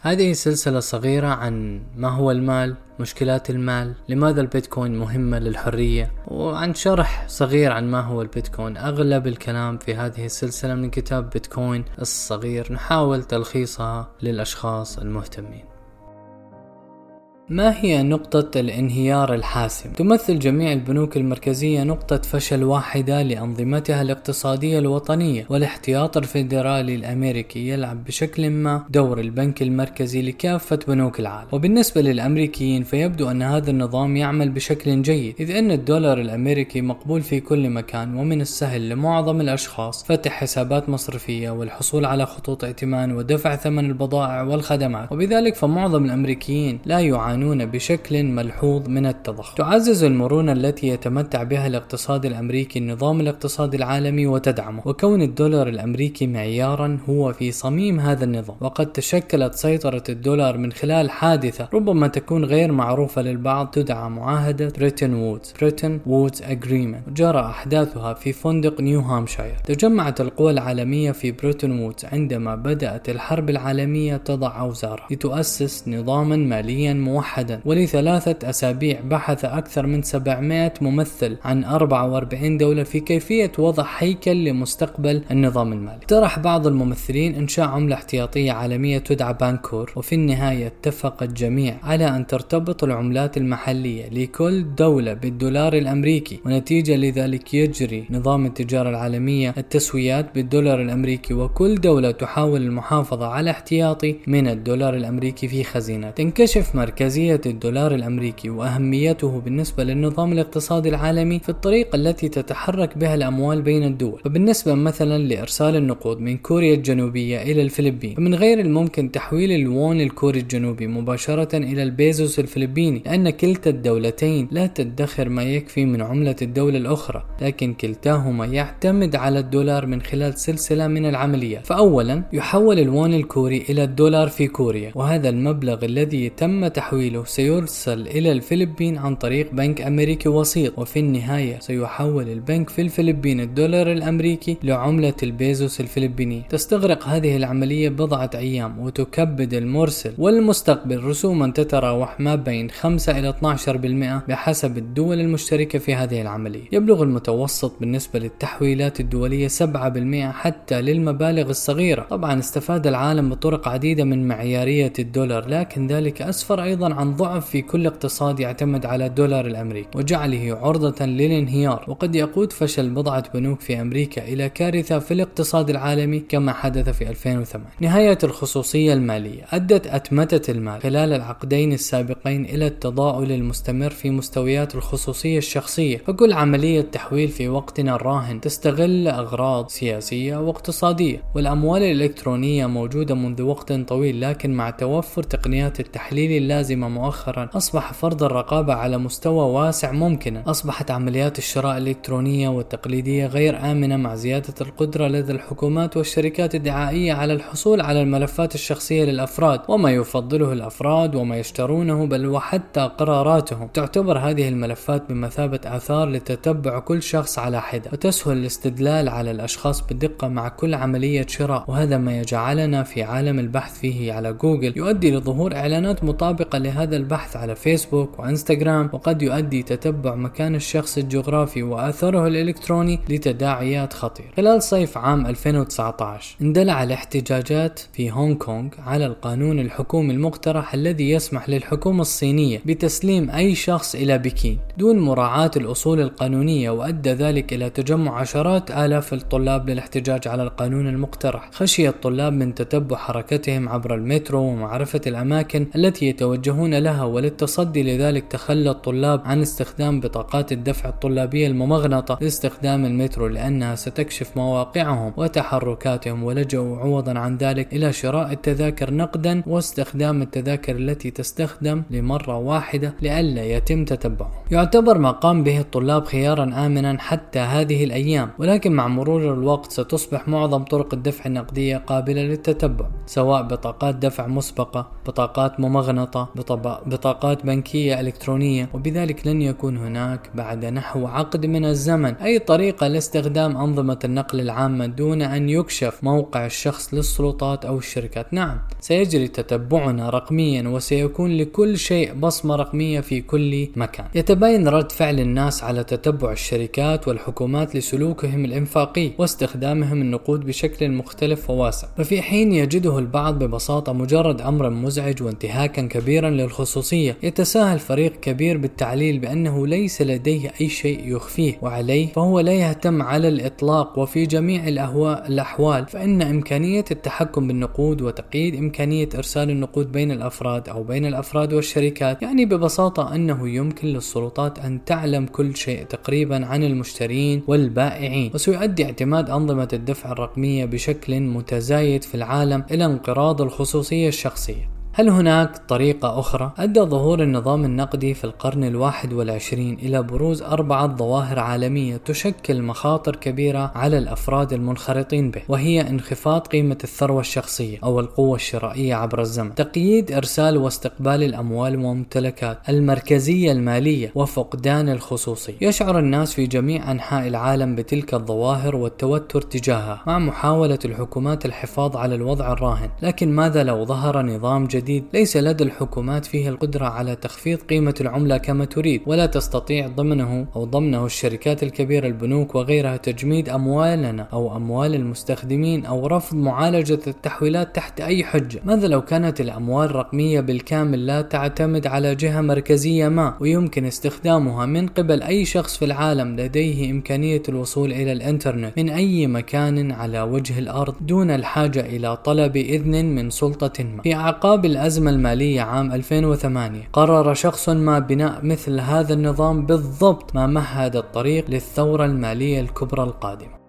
هذه سلسلة صغيرة عن ما هو المال، مشكلات المال، لماذا البيتكوين مهمة للحرية، وعن شرح صغير عن ما هو البيتكوين. أغلب الكلام في هذه السلسلة من كتاب بيتكوين الصغير، نحاول تلخيصها للأشخاص المهتمين. ما هي نقطة الانهيار الحاسم؟ تمثل جميع البنوك المركزية نقطة فشل واحدة لأنظمتها الاقتصادية الوطنية، والاحتياط الفيدرالي الأمريكي يلعب بشكل ما دور البنك المركزي لكافة بنوك العالم. وبالنسبة للأمريكيين فيبدو أن هذا النظام يعمل بشكل جيد، إذ أن الدولار الأمريكي مقبول في كل مكان، ومن السهل لمعظم الأشخاص فتح حسابات مصرفية والحصول على خطوط ائتمان ودفع ثمن البضائع والخدمات، وبذلك فمعظم الأمريكيين لا يعانون بشكل ملحوظ من التضخم. تعزز المرونة التي يتمتع بها الاقتصاد الأمريكي النظام الاقتصادي العالمي وتدعمه، وكون الدولار الأمريكي معيارا هو في صميم هذا النظام. وقد تشكلت سيطرة الدولار من خلال حادثة ربما تكون غير معروفة للبعض تدعى معاهدة بريتن وودز أجريمنت، وجرى أحداثها في فندق نيو هامشاير. تجمعت القوى العالمية في بريتن وودز عندما بدأت الحرب العالمية تضع أوزارها لتؤسس نظاما ماليا موحدا. ولثلاثة أسابيع بحث أكثر من 700 ممثل عن 44 دولة في كيفية وضع هيكل لمستقبل النظام المالي. اقترح بعض الممثلين إنشاء عملة احتياطية عالمية تدعى بانكور، وفي النهاية اتفق الجميع على أن ترتبط العملات المحلية لكل دولة بالدولار الأمريكي، ونتيجة لذلك يجري نظام التجارة العالمية التسويات بالدولار الأمريكي، وكل دولة تحاول المحافظة على احتياطي من الدولار الأمريكي في خزينة. تنكشف مركزية الدولار الأمريكي وأهميته بالنسبة للنظام الاقتصادي العالمي في الطريقة التي تتحرك بها الأموال بين الدول. فبالنسبة مثلا لإرسال النقود من كوريا الجنوبية إلى الفلبين، فمن غير الممكن تحويل الوون الكوري الجنوبي مباشرة إلى البيزوس الفلبيني، لأن كلتا الدولتين لا تدخر ما يكفي من عملة الدولة الأخرى، لكن كلتاهما يعتمد على الدولار من خلال سلسلة من العمليات. فأولا يحول الوون الكوري إلى الدولار في كوريا، وهذا المبلغ الذي تم تحويله سيرسل إلى الفلبين عن طريق بنك أمريكي وسيط، وفي النهاية سيحول البنك في الفلبين الدولار الأمريكي لعملة البيزوس الفلبينية. تستغرق هذه العملية بضعة أيام، وتكبد المرسل والمستقبل رسوما تتراوح ما بين 5 إلى 12% بحسب الدول المشتركة في هذه العملية. يبلغ المتوسط بالنسبة للتحويلات الدولية 7% حتى للمبالغ الصغيرة. طبعا استفاد العالم بطرق عديدة من معيارية الدولار، لكن ذلك أسفر أيضا عن ضعف في كل اقتصاد يعتمد على الدولار الأمريكي وجعله عرضة للانهيار. وقد يقود فشل بضعة بنوك في أمريكا إلى كارثة في الاقتصاد العالمي كما حدث في 2008. نهاية الخصوصية المالية. أدت أتمتة المال خلال العقدين السابقين إلى التضاؤل المستمر في مستويات الخصوصية الشخصية، فكل عملية تحويل في وقتنا الراهن تستغل أغراض سياسية واقتصادية. والأموال الإلكترونية موجودة منذ وقت طويل، لكن مع توفر تقنيات التحليل اللازمة مؤخرا أصبح فرض الرقابة على مستوى واسع ممكنا. أصبحت عمليات الشراء الإلكترونية والتقليدية غير آمنة مع زيادة القدرة لدى الحكومات والشركات الدعائية على الحصول على الملفات الشخصية للأفراد وما يفضله الأفراد وما يشترونه، بل وحتى قراراتهم. تعتبر هذه الملفات بمثابة آثار لتتبع كل شخص على حدة، وتسهل الاستدلال على الأشخاص بدقة مع كل عملية شراء. وهذا ما يجعلنا في عالم البحث فيه على جوجل يؤدي لظهور إعلانات مطابقة لهذا البحث على فيسبوك وإنستغرام، وقد يؤدي تتبع مكان الشخص الجغرافي وأثره الإلكتروني لتداعيات خطيرة. خلال صيف عام 2019 اندلع الاحتجاجات في هونغ كونغ على القانون الحكومي المقترح الذي يسمح للحكومة الصينية بتسليم أي شخص إلى بكين دون مراعاة الأصول القانونية، وأدى ذلك إلى تجمع عشرات آلاف الطلاب للاحتجاج على القانون المقترح. خشي الطلاب من تتبع حركتهم عبر المترو ومعرفة الأماكن التي يتوجهون لها، وللتصدي لذلك تخلى الطلاب عن استخدام بطاقات الدفع الطلابية الممغنطة لاستخدام المترو لأنها ستكشف مواقعهم وتحركاتهم، ولجأوا عوضا عن ذلك إلى شراء التذاكر نقدا واستخدام التذاكر التي تستخدم لمرة واحدة لئلا يتم تتبعهم. يعتبر ما قام به الطلاب خيارا آمنا حتى هذه الأيام، ولكن مع مرور الوقت ستصبح معظم طرق الدفع النقدية قابلة للتتبع، سواء بطاقات دفع مسبقة، بطاقات ممغنطة، بطاقات بنكية إلكترونية، وبذلك لن يكون هناك بعد نحو عقد من الزمن أي طريقة لاستخدام أنظمة النقل العامة دون أن يكشف موقع الشخص للسلطات أو الشركات. نعم، سيجري تتبعنا رقميا، وسيكون لكل شيء بصمة رقمية في كل مكان. يتبين رد فعل الناس على تتبع الشركات والحكومات لسلوكهم الإنفاقي واستخدامهم النقود بشكل مختلف وواسع، ففي حين يجده البعض ببساطة مجرد أمر مزعج وانتهاكا كبيرا للخصوصية، يتساهل فريق كبير بالتعليل بأنه ليس لديه أي شيء يخفيه، وعليه فهو لا يهتم على الإطلاق. وفي جميع الأحوال فإن إمكانية التحكم بالنقود وتقييد إمكانية إرسال النقود بين الأفراد أو بين الأفراد والشركات يعني ببساطة أنه يمكن للسلطات أن تعلم كل شيء تقريبا عن المشترين والبائعين، وسيؤدي اعتماد أنظمة الدفع الرقمية بشكل متزايد في العالم إلى انقراض الخصوصية الشخصية. هل هناك طريقة أخرى؟ أدى ظهور النظام النقدي في القرن 21 إلى بروز 4 ظواهر عالمية تشكل مخاطر كبيرة على الأفراد المنخرطين به، وهي انخفاض قيمة الثروة الشخصية أو القوة الشرائية عبر الزمن، تقييد إرسال واستقبال الأموال والممتلكات، المركزية المالية، وفقدان الخصوصية. يشعر الناس في جميع أنحاء العالم بتلك الظواهر والتوتر تجاهها، مع محاولة الحكومات الحفاظ على الوضع الراهن. لكن ماذا لو ظهر نظام جديد ليس لدى الحكومات فيه القدرة على تخفيض قيمة العملة كما تريد، ولا تستطيع ضمنه الشركات الكبيرة، البنوك وغيرها، تجميد أموالنا أو أموال المستخدمين أو رفض معالجة التحويلات تحت أي حجة؟ ماذا لو كانت الأموال رقمية بالكامل لا تعتمد على جهة مركزية ما، ويمكن استخدامها من قبل أي شخص في العالم لديه إمكانية الوصول إلى الإنترنت من أي مكان على وجه الأرض دون الحاجة إلى طلب إذن من سلطة ما؟ في أعقاب الأزمة المالية عام 2008 قرر شخص ما بناء مثل هذا النظام بالضبط، ما مهد الطريق للثورة المالية الكبرى القادمة.